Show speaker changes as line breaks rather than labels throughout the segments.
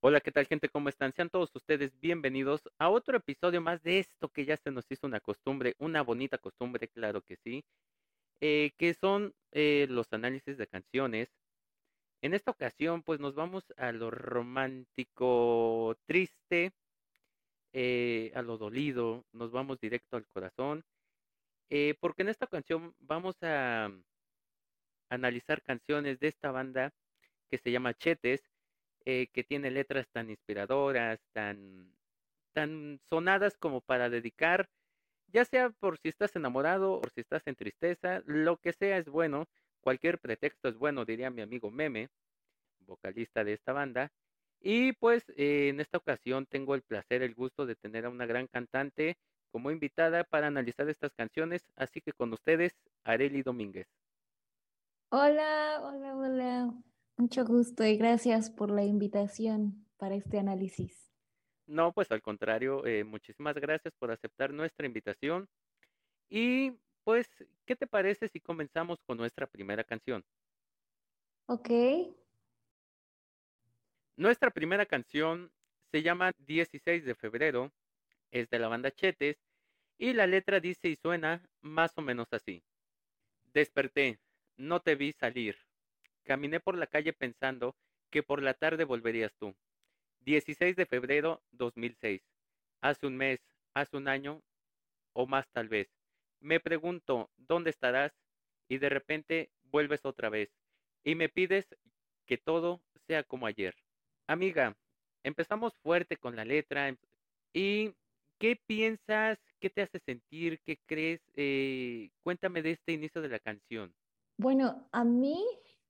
Hola, ¿qué tal, gente? ¿Cómo están? Sean todos ustedes bienvenidos a otro episodio más de esto que ya se nos hizo una costumbre, una bonita costumbre, claro que sí, que son los análisis de canciones. En esta ocasión, pues nos vamos a lo romántico, triste, a lo dolido, nos vamos directo al corazón, porque en esta ocasión vamos a analizar canciones de esta banda que se llama Chetes, que tiene letras tan inspiradoras, tan sonadas como para dedicar, ya sea por si estás enamorado o si estás en tristeza, lo que sea es bueno, cualquier pretexto es bueno, diría mi amigo Meme, vocalista de esta banda. Y pues en esta ocasión tengo el placer, el gusto de tener a una gran cantante como invitada para analizar estas canciones, así que con ustedes, Arely Domínguez.
Hola, hola, hola. Mucho gusto y gracias por la invitación para este análisis.
No, pues al contrario, muchísimas gracias por aceptar nuestra invitación. Y pues, ¿qué te parece si comenzamos con nuestra primera canción?
Ok,
Nuestra primera canción se llama 16 de febrero, es de la banda Chetes, y la letra dice y suena más o menos así. Desperté, no te vi salir. Caminé por la calle pensando que por la tarde volverías tú. 16 de febrero 2006. Hace un mes, hace un año o más tal vez. Me pregunto, ¿dónde estarás? Y de repente vuelves otra vez y me pides que todo sea como ayer. Amiga, empezamos fuerte con la letra. ¿Y qué piensas? ¿Qué te hace sentir? ¿Qué crees? Cuéntame de este inicio de la canción.
bueno, a mí,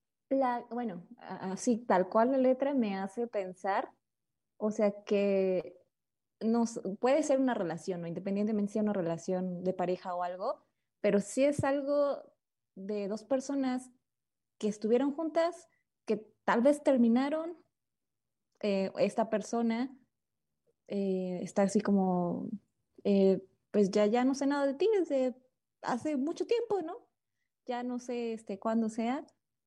así tal cual la letra me hace pensar, o sea que puede ser una relación, ¿no? Independientemente si sea una relación de pareja o algo, pero sí es algo de dos personas que estuvieron juntas, que tal vez terminaron, esta persona está así como, eh, pues ya no sé nada de ti desde hace mucho tiempo, ¿no? Ya no sé cuándo sea.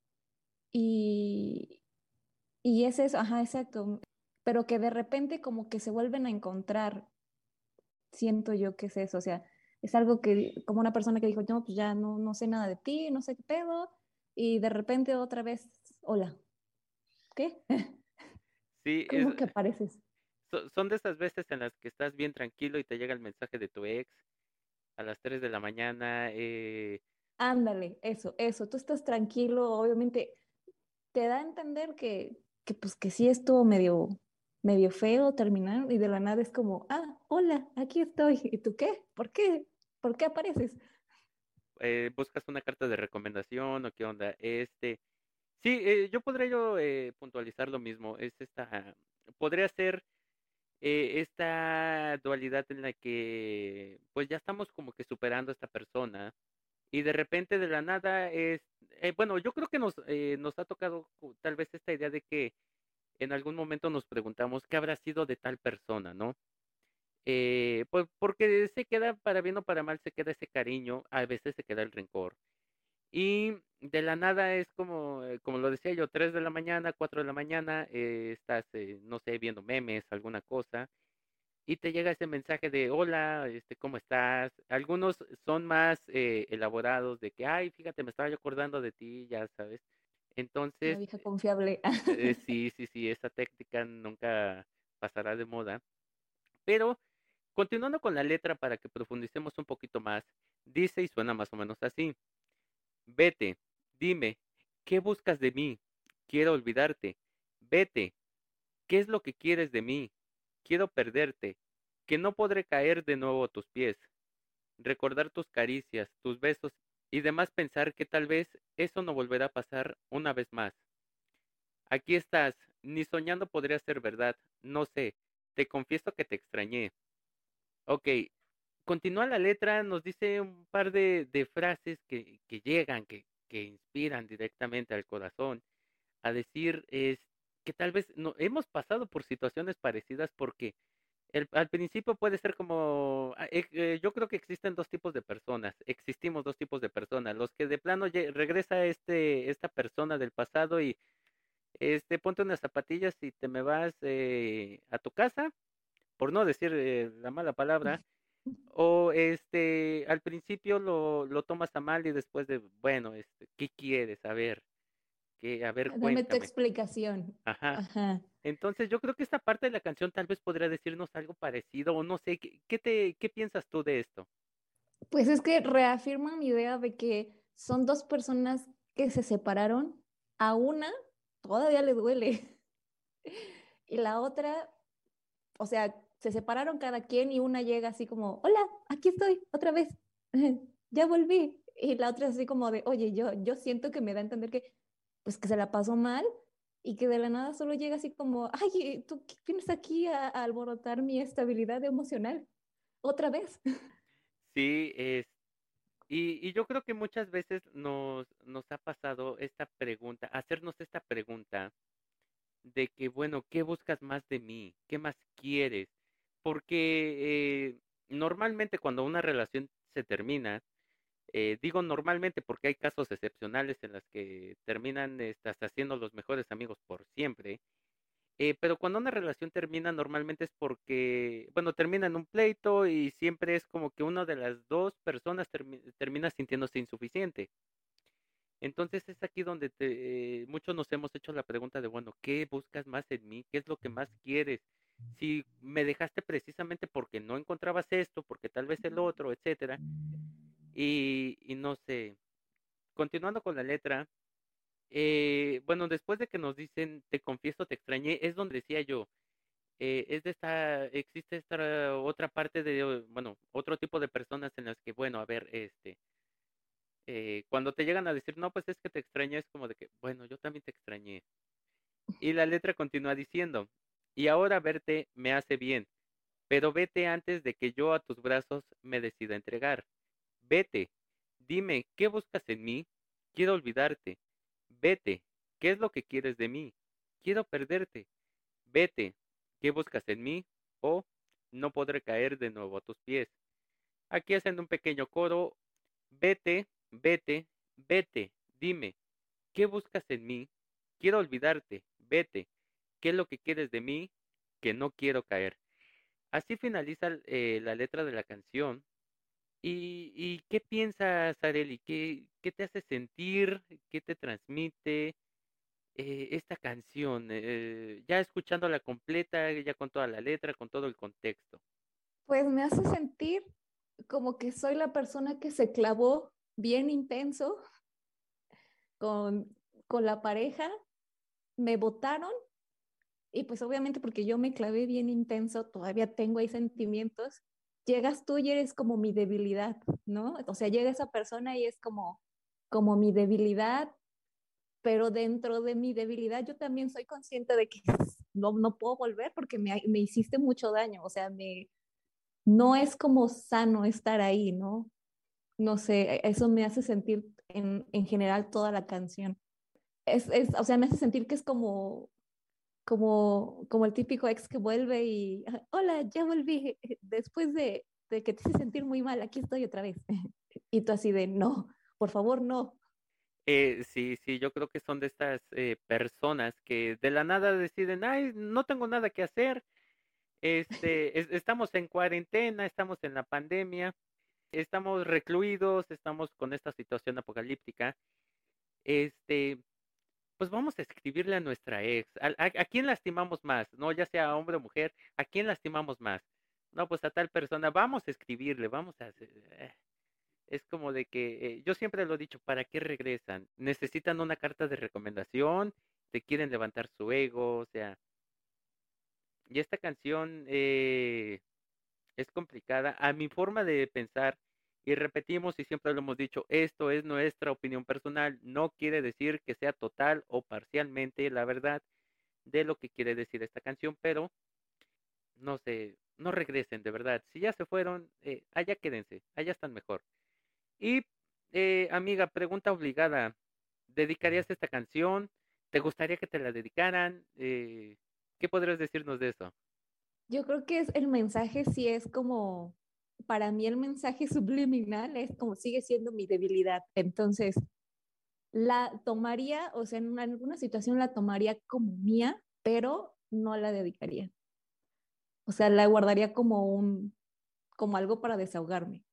Y, y es eso, ajá, exacto. Pero que de repente como que se vuelven a encontrar, siento yo que es eso, o sea, es algo que, como una persona que dijo, no, pues ya no sé nada de ti, no sé qué pedo, y de repente otra vez, hola, ¿qué?
Sí,
¿Cómo que apareces?
son de esas veces en las que estás bien tranquilo y te llega el mensaje de tu ex a las 3 de la mañana.
Ándale, eso, tú estás tranquilo, obviamente te da a entender pues que sí estuvo medio feo terminar y de la nada es como, hola, aquí estoy. ¿Y tú qué? ¿Por qué? ¿Por qué apareces?
Buscas una carta de recomendación o qué onda. Sí, yo podría puntualizar lo mismo. Podría ser esta dualidad en la que pues ya estamos como que superando a esta persona y de repente de la nada bueno, yo creo que nos ha tocado tal vez esta idea de que en algún momento nos preguntamos qué habrá sido de tal persona, ¿no? Pues porque se queda, para bien o para mal, se queda ese cariño, a veces se queda el rencor. Y de la nada es como lo decía yo, 3 de la mañana, 4 de la mañana, estás, no sé, viendo memes, alguna cosa, y te llega ese mensaje de, hola, ¿cómo estás? Algunos son más elaborados de que, ay, fíjate, me estaba yo acordando de ti, ya sabes.
La
Entonces,
vieja confiable.
sí, sí, sí, esa técnica nunca pasará de moda. Pero continuando con la letra para que profundicemos un poquito más, dice y suena más o menos así. Vete, dime, ¿qué buscas de mí? Quiero olvidarte. Vete, ¿qué es lo que quieres de mí? Quiero perderte, que no podré caer de nuevo a tus pies, recordar tus caricias, tus besos y demás pensar que tal vez eso no volverá a pasar una vez más. Aquí estás, ni soñando podría ser verdad, no sé, te confieso que te extrañé. Ok, continúa la letra, nos dice un par de frases que llegan, que inspiran directamente al corazón, a decir que tal vez no, hemos pasado por situaciones parecidas porque al principio puede ser como, yo creo que existen dos tipos de personas, existimos dos tipos de personas, los que de plano regresa esta persona del pasado y ponte unas zapatillas y te me vas principio lo tomas a mal y después de, bueno, ¿qué quieres? A ver,
Dame tu
cuéntame.
explicación.
Ajá.
Ajá.
Entonces yo creo que esta parte de la canción tal vez podría decirnos algo parecido o no sé, ¿qué piensas tú de esto?
Pues es que reafirma mi idea de que son dos personas que se separaron, a una todavía le duele y la otra, o sea, se separaron cada quien y una llega así como, hola, aquí estoy, otra vez, ya volví. Y la otra así como de, oye, yo siento que me da a entender que, pues que se la pasó mal y que de la nada solo llega así como, ay, ¿tú qué vienes aquí a alborotar mi estabilidad emocional? Otra vez.
Sí, y yo creo que muchas veces nos ha pasado esta pregunta, hacernos esta pregunta de que, bueno, ¿qué buscas más de mí? ¿Qué más quieres? Porque normalmente cuando una relación se termina, digo normalmente porque hay casos excepcionales en los que terminan hasta siendo los mejores amigos por siempre, pero cuando una relación termina normalmente es porque, bueno, termina en un pleito y siempre es como que una de las dos personas termina sintiéndose insuficiente. Entonces es aquí donde muchos nos hemos hecho la pregunta de, bueno, ¿qué buscas más en mí? ¿Qué es lo que más quieres? Si me dejaste precisamente porque no encontrabas esto, porque tal vez el otro, etcétera. Y no sé, continuando con la letra, bueno, después de que nos dicen, te confieso, te extrañé, es donde decía yo, existe esta otra parte de, bueno, otro tipo de personas en las que, bueno, a ver, cuando te llegan a decir, no, pues es que te extrañé, es como de que, bueno, yo también te extrañé. Y la letra continúa diciendo, y ahora verte me hace bien, pero vete antes de que yo a tus brazos me decida entregar. Vete, dime, ¿qué buscas en mí? Quiero olvidarte. Vete, ¿qué es lo que quieres de mí? Quiero perderte. Vete, ¿qué buscas en mí? O no podré caer de nuevo a tus pies. Aquí hacen un pequeño coro. Vete, vete, vete, dime, ¿qué buscas en mí? Quiero olvidarte. Vete, ¿qué es lo que quieres de mí? Que no quiero caer. Así finaliza la letra de la canción. ¿Y qué piensas, Areli? ¿Qué te hace sentir? ¿Qué te transmite esta canción? Ya escuchándola completa, ya con toda la letra, con todo el contexto.
Pues me hace sentir como que soy la persona que se clavó bien intenso con, con la pareja, me votaron y pues obviamente porque yo me clavé bien intenso, todavía tengo ahí sentimientos, llegas tú y eres como mi debilidad, ¿no? O sea, llega esa persona y es como mi debilidad, pero dentro de mi debilidad yo también soy consciente de que no puedo volver porque me hiciste mucho daño, o sea, no es como sano estar ahí, ¿no? No sé, eso me hace sentir en general toda la canción. O sea, me hace sentir que es como el típico ex que vuelve y, "Ah, hola, ya volví, después de que te hice sentir muy mal, aquí estoy otra vez." Y tú así de, no, por favor, no.
Sí, sí, yo creo que son de estas personas que de la nada deciden, ay, no tengo nada que hacer, estamos en cuarentena, estamos en la pandemia, estamos recluidos, estamos con esta situación apocalíptica, este, pues vamos a escribirle a nuestra ex, a quién lastimamos más, no, ya sea hombre o mujer, ¿a quién lastimamos más? No, pues a tal persona, vamos a escribirle, vamos a hacer, es como de que yo siempre lo he dicho, ¿para qué regresan? Necesitan una carta de recomendación, te quieren levantar su ego, o sea, y esta canción es complicada. A mi forma de pensar, y repetimos y siempre lo hemos dicho, esto es nuestra opinión personal, no quiere decir que sea total o parcialmente la verdad de lo que quiere decir esta canción, pero no sé, no regresen, de verdad. Si ya se fueron, allá quédense, allá están mejor. Y, amiga, pregunta obligada. ¿Dedicarías esta canción? ¿Te gustaría que te la dedicaran? ¿Qué podrías decirnos de eso?
Yo creo que es el mensaje sí es como, para mí el mensaje subliminal es como sigue siendo mi debilidad. Entonces, la tomaría, o sea, en alguna situación la tomaría como mía, pero no la dedicaría. O sea, la guardaría como algo para desahogarme.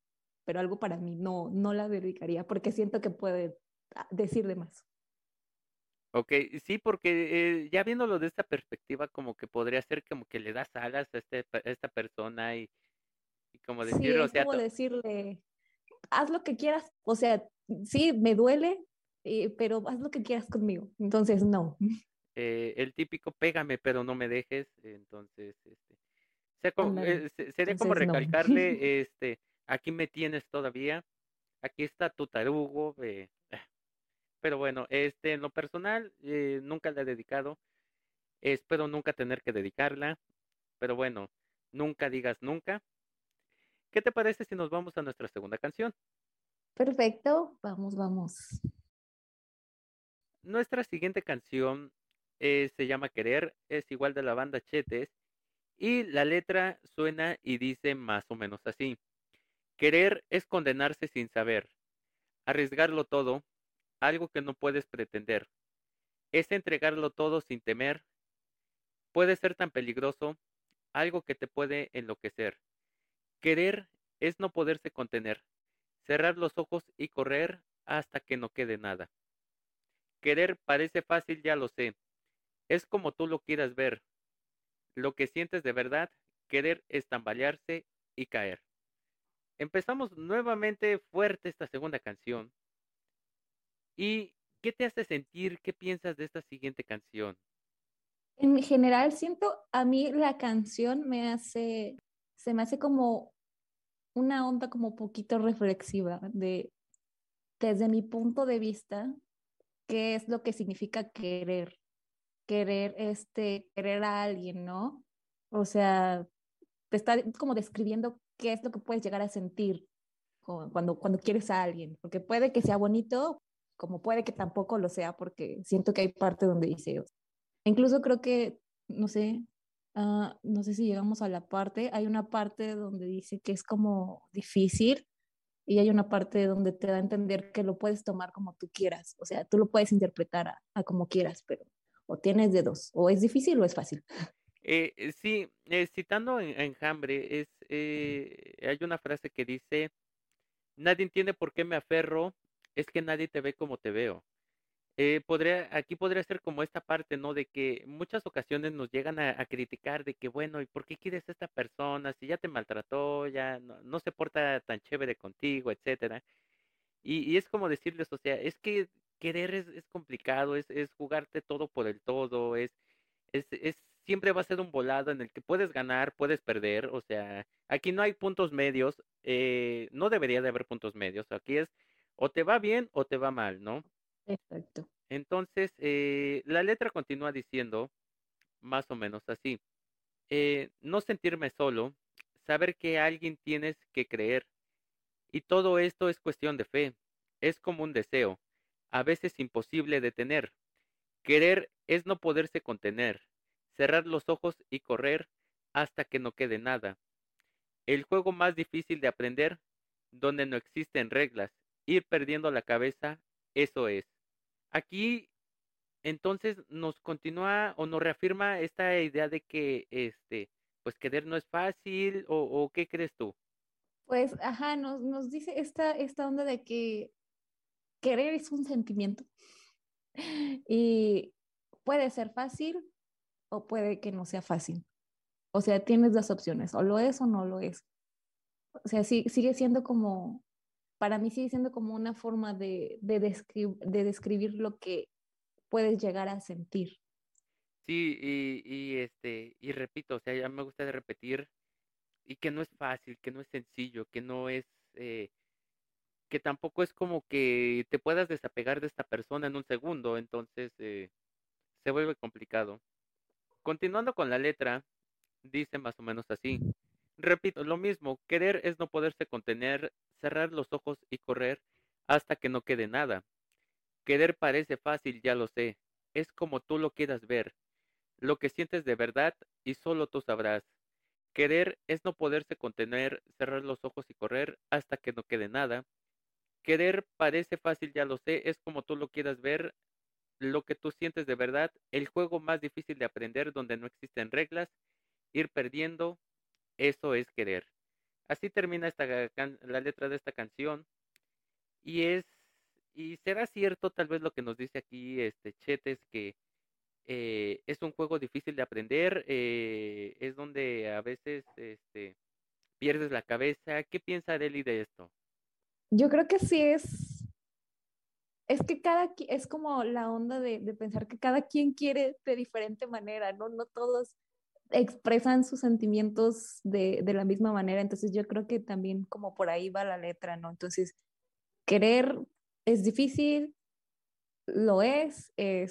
pero algo para mí no la dedicaría porque siento que puede decir de más.
Ok, sí, porque ya viéndolo de esta perspectiva, como que podría ser como que le das alas a, a esta persona y como
Sí,
decir, o
es
sea,
como decirle, haz lo que quieras, o sea, sí, me duele, pero haz lo que quieras conmigo. Entonces, no.
el típico pégame pero no me dejes, entonces,
Ándale.
sería como
Entonces, no.
recalcarle, aquí me tienes todavía, aquí está tu tarugo, pero bueno, en lo personal, nunca la he dedicado, espero nunca tener que dedicarla, pero bueno, nunca digas nunca. ¿Qué te parece si nos vamos a nuestra segunda canción?
Perfecto, vamos, vamos.
Nuestra siguiente canción se llama Querer, es igual de la banda Chetes, y la letra suena y dice más o menos así. Querer es condenarse sin saber, arriesgarlo todo, algo que no puedes pretender. Es entregarlo todo sin temer, puede ser tan peligroso, algo que te puede enloquecer. Querer es no poderse contener, cerrar los ojos y correr hasta que no quede nada. Querer parece fácil, ya lo sé, es como tú lo quieras ver. Lo que sientes de verdad, querer es tambalearse y caer. Empezamos nuevamente fuerte esta segunda canción. ¿Y qué te hace sentir? ¿Qué piensas de esta siguiente canción?
En general, siento, a mí la canción se me hace como una onda como poquito reflexiva desde mi punto de vista, qué es lo que significa querer, querer a alguien, ¿no? O sea, te está como describiendo qué es lo que puedes llegar a sentir cuando quieres a alguien, porque puede que sea bonito, como puede que tampoco lo sea, porque siento que hay parte donde dice, incluso creo que, no sé, no sé si llegamos a la parte, hay una parte donde dice que es como difícil y hay una parte donde te da a entender que lo puedes tomar como tú quieras, o sea, tú lo puedes interpretar a como quieras, pero o tienes de dos, o es difícil o es fácil.
Sí, citando en Enjambre, hay una frase que dice, nadie entiende por qué me aferro, es que nadie te ve como te veo. Aquí podría ser como esta parte, ¿no? De que muchas ocasiones nos llegan a criticar de que, bueno, ¿y por qué quieres a esta persona? Si ya te maltrató, ya no se porta tan chévere contigo, etcétera. Y es como decirles, o sea, es que querer es complicado, es jugarte todo por el todo, siempre va a ser un volado en el que puedes ganar, puedes perder, o sea, aquí no hay puntos medios, no debería de haber puntos medios, aquí es o te va bien o te va mal, ¿no?
Exacto.
Entonces, la letra continúa diciendo más o menos así, no sentirme solo, saber que alguien tienes que creer, y todo esto es cuestión de fe, es como un deseo, a veces imposible de tener. Querer es no poderse contener, cerrar los ojos y correr hasta que no quede nada. El juego más difícil de aprender, donde no existen reglas, ir perdiendo la cabeza, eso es. Aquí entonces nos continúa o nos reafirma esta idea de que pues querer no es fácil o ¿qué crees tú?
Pues, ajá, nos dice esta onda de que querer es un sentimiento y puede ser fácil o puede que no sea fácil. O sea, tienes dos opciones, o lo es o no lo es. O sea, sí, sigue siendo como, para mí sigue siendo como una forma de describir lo que puedes llegar a sentir.
Sí, y repito, o sea, ya me gusta de repetir, y que no es fácil, que no es sencillo, que no es, que tampoco es como que te puedas desapegar de esta persona en un segundo, entonces se vuelve complicado. Continuando con la letra, dice más o menos así. Repito, lo mismo, querer es no poderse contener, cerrar los ojos y correr hasta que no quede nada. Querer parece fácil, ya lo sé, es como tú lo quieras ver, lo que sientes de verdad y solo tú sabrás. Querer es no poderse contener, cerrar los ojos y correr hasta que no quede nada. Querer parece fácil, ya lo sé, es como tú lo quieras ver, lo que tú sientes de verdad, el juego más difícil de aprender donde no existen reglas, ir perdiendo, eso es querer. Así termina la letra de esta canción y es y será cierto tal vez lo que nos dice aquí Chetes que es un juego difícil de aprender, es donde a veces pierdes la cabeza. ¿Qué piensa Arely de esto?
Yo creo que sí es que es como la onda de pensar que cada quien quiere de diferente manera, ¿no? No todos expresan sus sentimientos de la misma manera, entonces yo creo que también como por ahí va la letra, ¿no? Entonces, querer es difícil, lo es,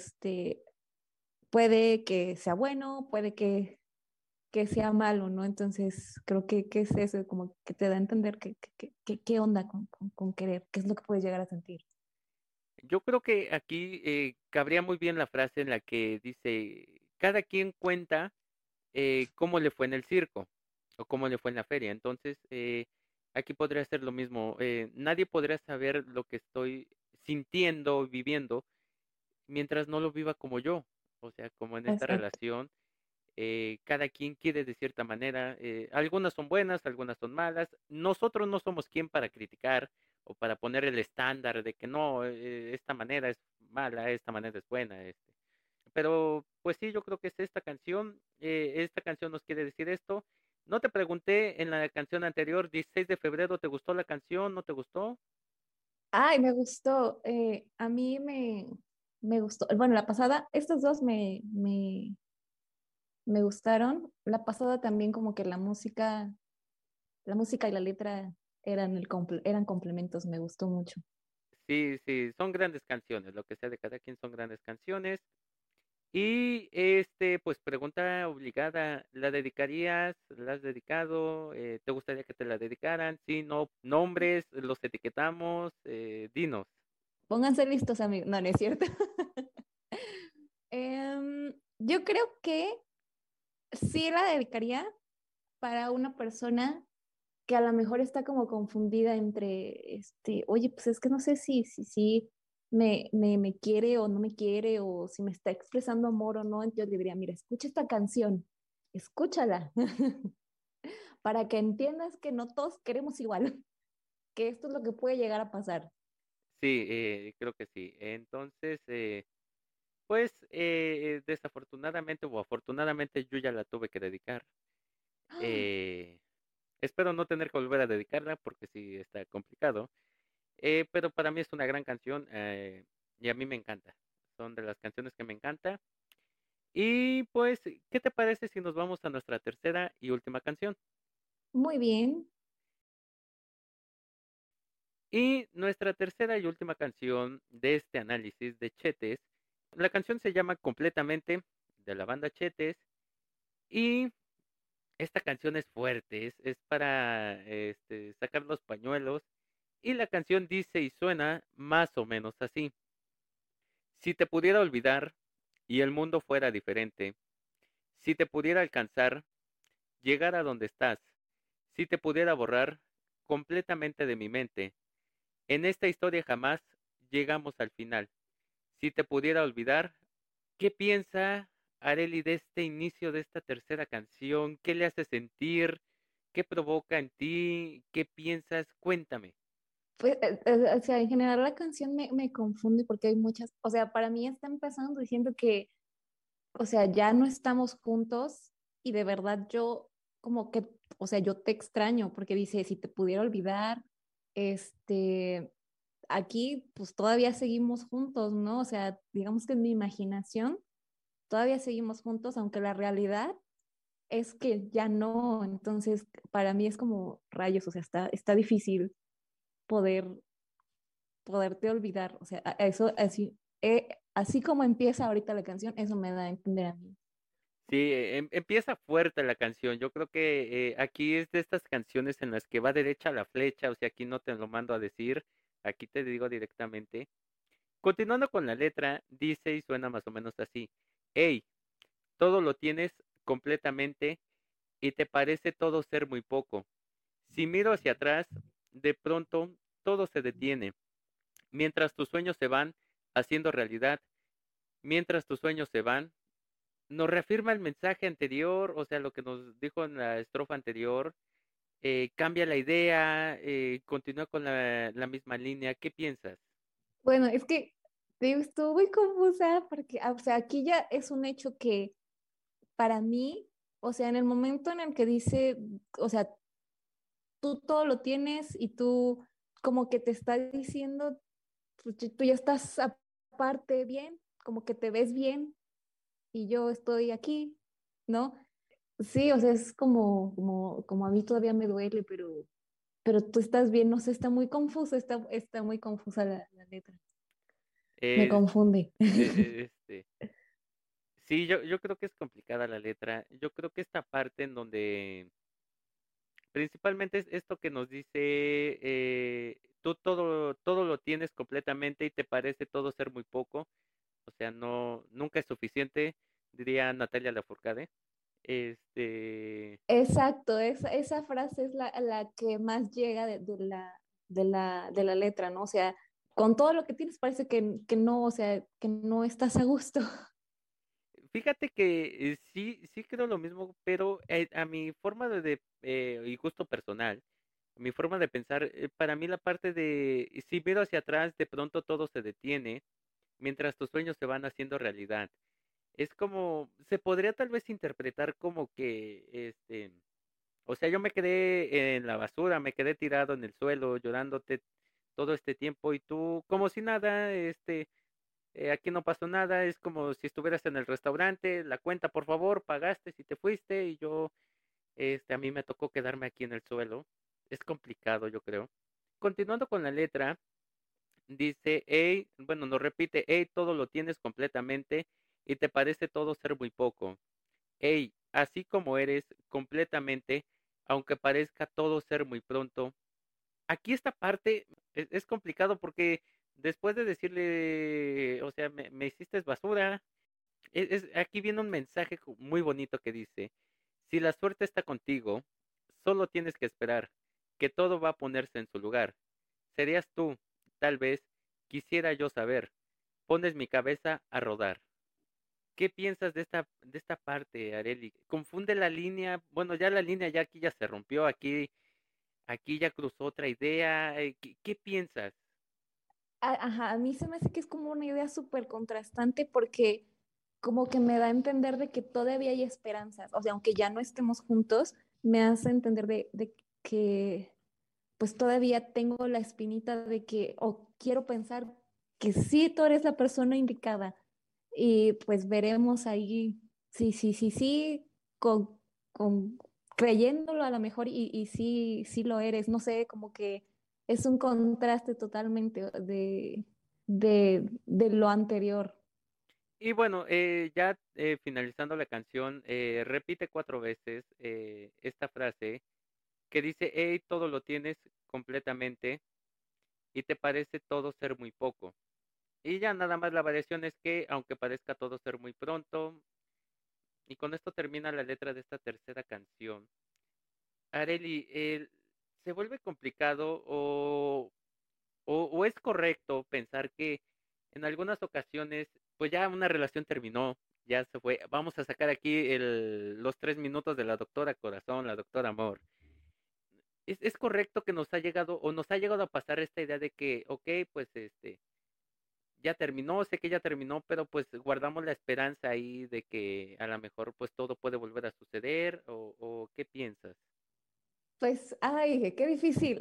puede que sea bueno, puede que sea malo, ¿no? Entonces, creo que es eso, como que te da a entender qué onda con querer, qué es lo que puedes llegar a sentir.
Yo creo que aquí cabría muy bien la frase en la que dice, cada quien cuenta cómo le fue en el circo o cómo le fue en la feria. Entonces, aquí podría ser lo mismo. Nadie podría saber lo que estoy sintiendo, viviendo, mientras no lo viva como yo. O sea, como en esta
Exacto.
relación, cada quien quiere de cierta manera. Algunas son buenas, algunas son malas. Nosotros no somos quien para criticar o para poner el estándar de que no, esta manera es mala, esta manera es buena. Pero pues sí, yo creo que es esta canción. Esta canción nos quiere decir esto. No te pregunté en la canción anterior, 16 de febrero, ¿te gustó la canción? ¿No te gustó?
Ay, me gustó. A mí me gustó. Bueno, la pasada, estos dos me gustaron. La pasada también como que la música y la letra eran complementos, me gustó mucho.
Sí, sí, son grandes canciones, lo que sea de cada quien son grandes canciones. Y pues pregunta obligada, ¿la dedicarías? ¿La has dedicado? ¿Te gustaría que te la dedicaran? Sí, no, nombres, los etiquetamos, dinos.
Pónganse listos, amigos. No, no es cierto. Yo creo que sí la dedicaría para una persona que a lo mejor está como confundida entre, oye, pues es que no sé si me quiere o no me quiere, o si me está expresando amor o no. Yo le diría, mira, escucha esta canción, escúchala, para que entiendas que no todos queremos igual, que esto es lo que puede llegar a pasar.
Sí, creo que sí. Entonces, pues desafortunadamente o afortunadamente yo ya la tuve que dedicar. Eh, Espero no tener que volver a dedicarla porque sí está complicado. Pero para mí es una gran canción y a mí me encanta. Son de las canciones que me encanta. Y pues, ¿qué te parece si nos vamos a nuestra tercera y última canción?
Muy bien,
Y nuestra tercera y última canción de este análisis de Chetes, la canción se llama Completamente de la banda Chetes y esta canción es fuerte, es para sacar los pañuelos y la canción dice y suena más o menos así. Si te pudiera olvidar y el mundo fuera diferente, si te pudiera alcanzar, llegar a donde estás, si te pudiera borrar completamente de mi mente, en esta historia jamás llegamos al final. Si te pudiera olvidar, ¿qué piensa Areli de este inicio de esta tercera canción? ¿Qué le hace sentir? ¿Qué provoca en ti? ¿Qué piensas? Cuéntame.
pues, o sea, en general la canción me confunde porque hay muchas, o sea, para mí está empezando diciendo que, o sea, ya no estamos juntos y de verdad yo como que, o sea, yo te extraño porque dice, si te pudiera olvidar, este, aquí pues todavía seguimos juntos, ¿no? O sea, digamos que en mi imaginación todavía seguimos juntos, aunque la realidad es que ya no. Entonces, para mí es como rayos, o sea, está difícil poder, poderte olvidar, o sea, eso así, así como empieza ahorita la canción, eso me da a entender a mí.
Sí, empieza fuerte la canción. Yo creo que aquí es de estas canciones en las que va derecha la flecha, o sea, aquí no te lo mando a decir, aquí te digo directamente. Continuando con la letra, dice y suena más o menos así. Hey, todo lo tienes completamente y te parece todo ser muy poco. Si miro hacia atrás, de pronto todo se detiene. Mientras tus sueños se van haciendo realidad, mientras tus sueños se van, nos reafirma el mensaje anterior, o sea, lo que nos dijo en la estrofa anterior. cambia la idea, continúa con la misma línea. ¿Qué piensas?
Bueno, es que te digo, estuvo muy confusa porque, o sea, aquí ya es un hecho que para mí, o sea, en el momento en el que dice, o sea, tú todo lo tienes y tú como que te está diciendo, pues, tú ya estás aparte bien, como que te ves bien y yo estoy aquí, ¿no? Sí, o sea, es como a mí todavía me duele, pero tú estás bien, no sé, está muy confusa, está muy confusa la letra, me
Eh,
confunde.
este, sí, yo creo que es complicada la letra. Yo creo que esta parte en donde principalmente es esto que nos dice, tú todo lo tienes completamente y te parece todo ser muy poco. O sea, no, nunca es suficiente, diría Natalia Lafourcade. Este,
Exacto, esa frase es la que más llega de la letra, ¿no? O sea, con todo lo que tienes parece que no, o sea, que no estás a gusto.
fíjate que sí creo lo mismo, pero a mi forma y gusto personal, mi forma de pensar, para mí la parte de, si miro hacia atrás, de pronto todo se detiene mientras tus sueños se van haciendo realidad. Es como, se podría tal vez interpretar como que, o sea, yo me quedé en la basura, me quedé tirado en el suelo llorándote todo este tiempo y tú, como si nada, aquí no pasó nada, es como si estuvieras en el restaurante, la cuenta por favor, pagaste si te fuiste y yo, a mí me tocó quedarme aquí en el suelo. Es complicado, yo creo. Continuando con la letra, dice, hey, bueno, nos repite, hey, todo lo tienes completamente y te parece todo ser muy poco. Hey, así como eres completamente, aunque parezca todo ser muy pronto. Aquí esta parte es complicado porque después de decirle, o sea, me hiciste basura, aquí viene un mensaje muy bonito que dice, si la suerte está contigo, solo tienes que esperar, que todo va a ponerse en su lugar. Serías tú, tal vez, quisiera yo saber, pones mi cabeza a rodar. ¿Qué piensas de esta parte, Areli? Confunde la línea, bueno, ya la línea ya aquí ya se rompió, aquí ya cruzó otra idea. ¿Qué piensas?
Ajá, a mí se me hace que es como una idea súper contrastante porque como que me da a entender de que todavía hay esperanzas, o sea, aunque ya no estemos juntos, me hace entender de que pues todavía tengo la espinita de que, o quiero pensar que sí, tú eres la persona indicada. Y pues veremos ahí, sí, con, con creyéndolo a lo mejor y sí, sí lo eres. No sé, como que es un contraste totalmente de lo anterior.
Y bueno, ya finalizando la canción, repite 4 veces esta frase que dice, hey, todo lo tienes completamente y te parece todo ser muy poco. Y ya nada más la variación es que, aunque parezca todo ser muy pronto, y con esto termina la letra de esta tercera canción. Areli, ¿se vuelve complicado o es correcto pensar que en algunas ocasiones, pues ya una relación terminó, ya se fue? Vamos a sacar aquí los 3 minutos de la doctora Corazón, la doctora Amor. Es correcto que nos ha llegado o nos ha llegado a pasar esta idea de que, ok, pues ya terminó, sé que ya terminó, pero pues guardamos la esperanza ahí de que a lo mejor pues todo puede volver a suceder o ¿qué piensas?
Pues, ay, qué difícil.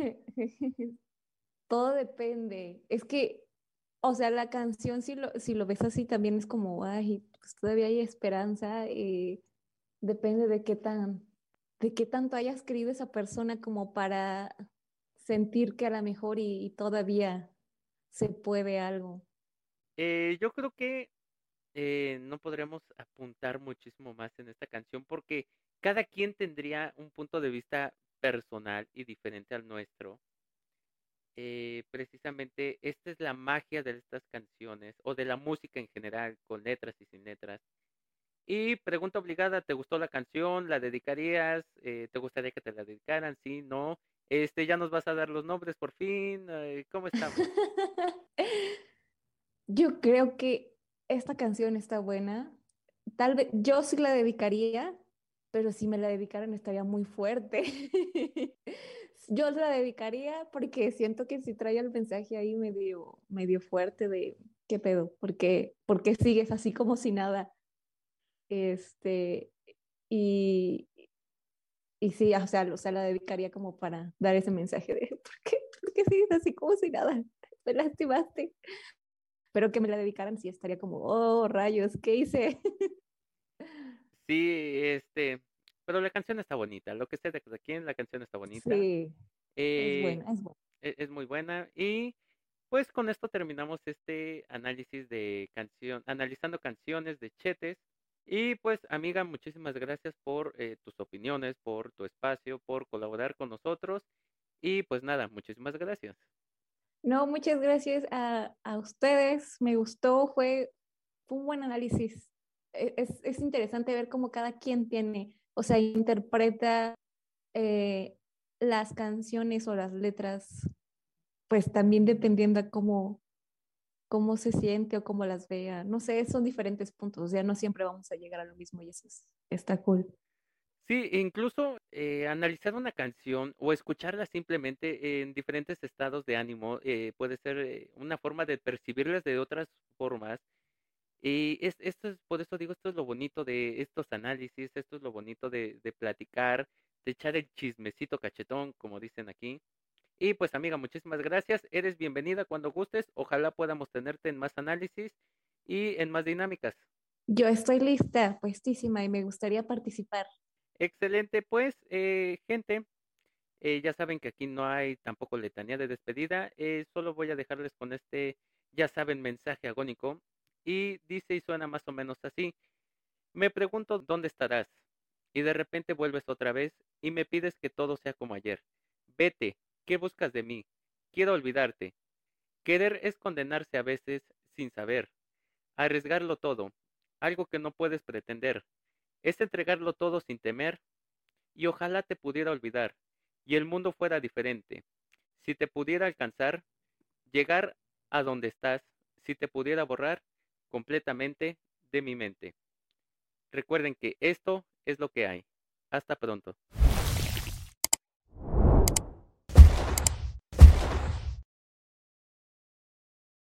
Todo depende. Es que, o sea, la canción, si lo ves así, también es como, ay, pues todavía hay esperanza. Depende de qué tanto hayas querido esa persona como para sentir que a lo mejor y todavía se puede algo.
Yo creo que no podríamos apuntar muchísimo más en esta canción porque cada quien tendría un punto de vista personal y diferente al nuestro. Precisamente esta es la magia de estas canciones o de la música en general, con letras y sin letras. Y pregunta obligada, ¿te gustó la canción? ¿La dedicarías? ¿Te gustaría que te la dedicaran? Sí, no. Ya nos vas a dar los nombres por fin. ¿Cómo estamos?
Yo creo que esta canción está buena. Tal vez yo sí la dedicaría, pero si me la dedicaran estaría muy fuerte. Yo se la dedicaría porque siento que si trae el mensaje ahí medio fuerte de qué pedo, por qué sigues así como si nada? Este, y, y sí, o sea, la dedicaría como para dar ese mensaje de por qué sigues así como si nada? Me lastimaste. Pero que me la dedicaran, sí estaría como, oh, rayos, ¿qué hice?
Sí, pero la canción está bonita. Lo que sé de quién, la canción está bonita.
Sí, es
Eh,
buena, es buena.
es muy buena. Y pues con esto terminamos este análisis de canción, analizando canciones de Chetes. Y pues, amiga, muchísimas gracias por tus opiniones, por tu espacio, por colaborar con nosotros. Y pues nada, muchísimas gracias.
No, muchas gracias a ustedes, me gustó, fue un buen análisis. Es interesante ver cómo cada quien tiene, o sea, interpreta eh, las canciones o las letras, pues también dependiendo a cómo se siente o cómo las vea. No sé, son diferentes puntos, o sea, no siempre vamos a llegar a lo mismo y eso está cool.
Sí, incluso analizar una canción o escucharla simplemente en diferentes estados de ánimo puede ser una forma de percibirlas de otras formas. Y esto es, por eso digo, esto es lo bonito de estos análisis, esto es lo bonito de platicar, de echar el chismecito cachetón, como dicen aquí. Y pues amiga, muchísimas gracias. Eres bienvenida cuando gustes. Ojalá podamos tenerte en más análisis y en más dinámicas.
Yo estoy lista, puestísima y me gustaría participar.
Excelente, pues, gente. Ya saben que aquí no hay tampoco letanía de despedida. Solo voy a dejarles con este, ya saben, mensaje agónico. Y dice y suena más o menos así. Me pregunto dónde estarás. Y de repente vuelves otra vez y me pides que todo sea como ayer. Vete, ¿qué buscas de mí? Quiero olvidarte. Querer es condenarse a veces sin saber. Arriesgarlo todo. Algo que no puedes pretender. Es entregarlo todo sin temer. Y ojalá te pudiera olvidar. Y el mundo fuera diferente. Si te pudiera alcanzar, llegar a donde estás, si te pudiera borrar completamente de mi mente. Recuerden que esto es lo que hay. Hasta pronto.